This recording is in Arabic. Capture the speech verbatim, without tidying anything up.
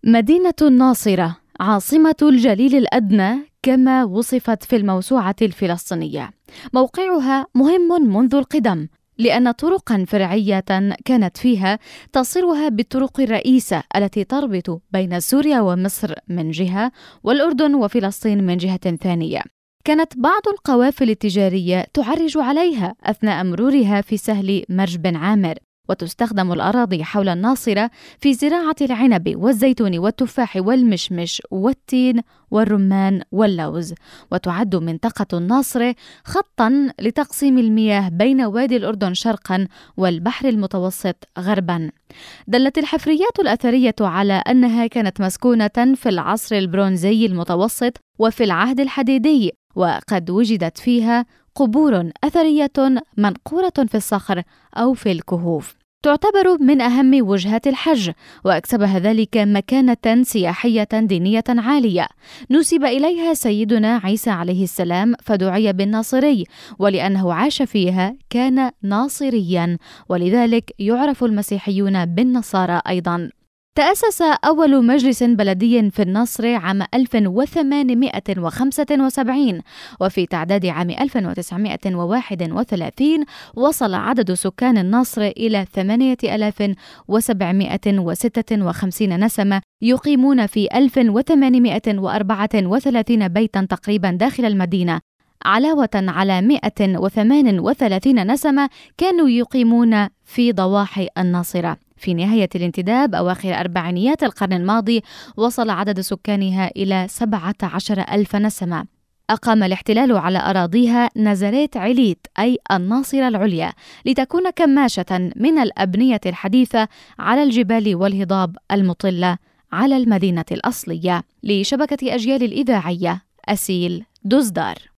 مدينة الناصرة عاصمة الجليل الأدنى كما وصفت في الموسوعة الفلسطينية. موقعها مهم منذ القدم، لأن طرقاً فرعية كانت فيها تصلها بالطرق الرئيسة التي تربط بين سوريا ومصر من جهة والأردن وفلسطين من جهة ثانية. كانت بعض القوافل التجارية تعرج عليها أثناء مرورها في سهل مرج بن عامر، وتستخدم الأراضي حول الناصرة في زراعة العنب والزيتون والتفاح والمشمش والتين والرمان واللوز. وتعد منطقة الناصرة خطاً لتقسيم المياه بين وادي الأردن شرقاً والبحر المتوسط غرباً. دلت الحفريات الأثرية على أنها كانت مسكونة في العصر البرونزي المتوسط وفي العهد الحديدي، وقد وجدت فيها قبور أثرية منقورة في الصخر أو في الكهوف. تعتبر من أهم وجهات الحج، وأكسبها ذلك مكانة سياحية دينية عالية. نسب إليها سيدنا عيسى عليه السلام فدعي بالناصري، ولأنه عاش فيها كان ناصريا، ولذلك يعرف المسيحيون بالنصارى أيضا. تأسس أول مجلس بلدي في النصر عام ألف وثمانمائة وخمسة وسبعين، وفي تعداد عام ألف وتسعمائة وواحد وثلاثين وصل عدد سكان النصر إلى ثمانية آلاف وسبعمائة وستة وخمسين نسمة، يقيمون في ألف وثمانمائة وأربعة وثلاثين بيتا تقريبا داخل المدينة، علاوة على مائة وثمانية وثلاثين نسمة كانوا يقيمون في ضواحي الناصرة. في نهاية الانتداب أواخر أربعينيات القرن الماضي وصل عدد سكانها إلى سبعة عشر ألف نسمة. أقام الاحتلال على أراضيها نزلات عليت أي الناصرة العليا لتكون كماشة من الأبنية الحديثة على الجبال والهضاب المطلة على المدينة الأصلية. لشبكة أجيال الإذاعية، أسيل دزدار.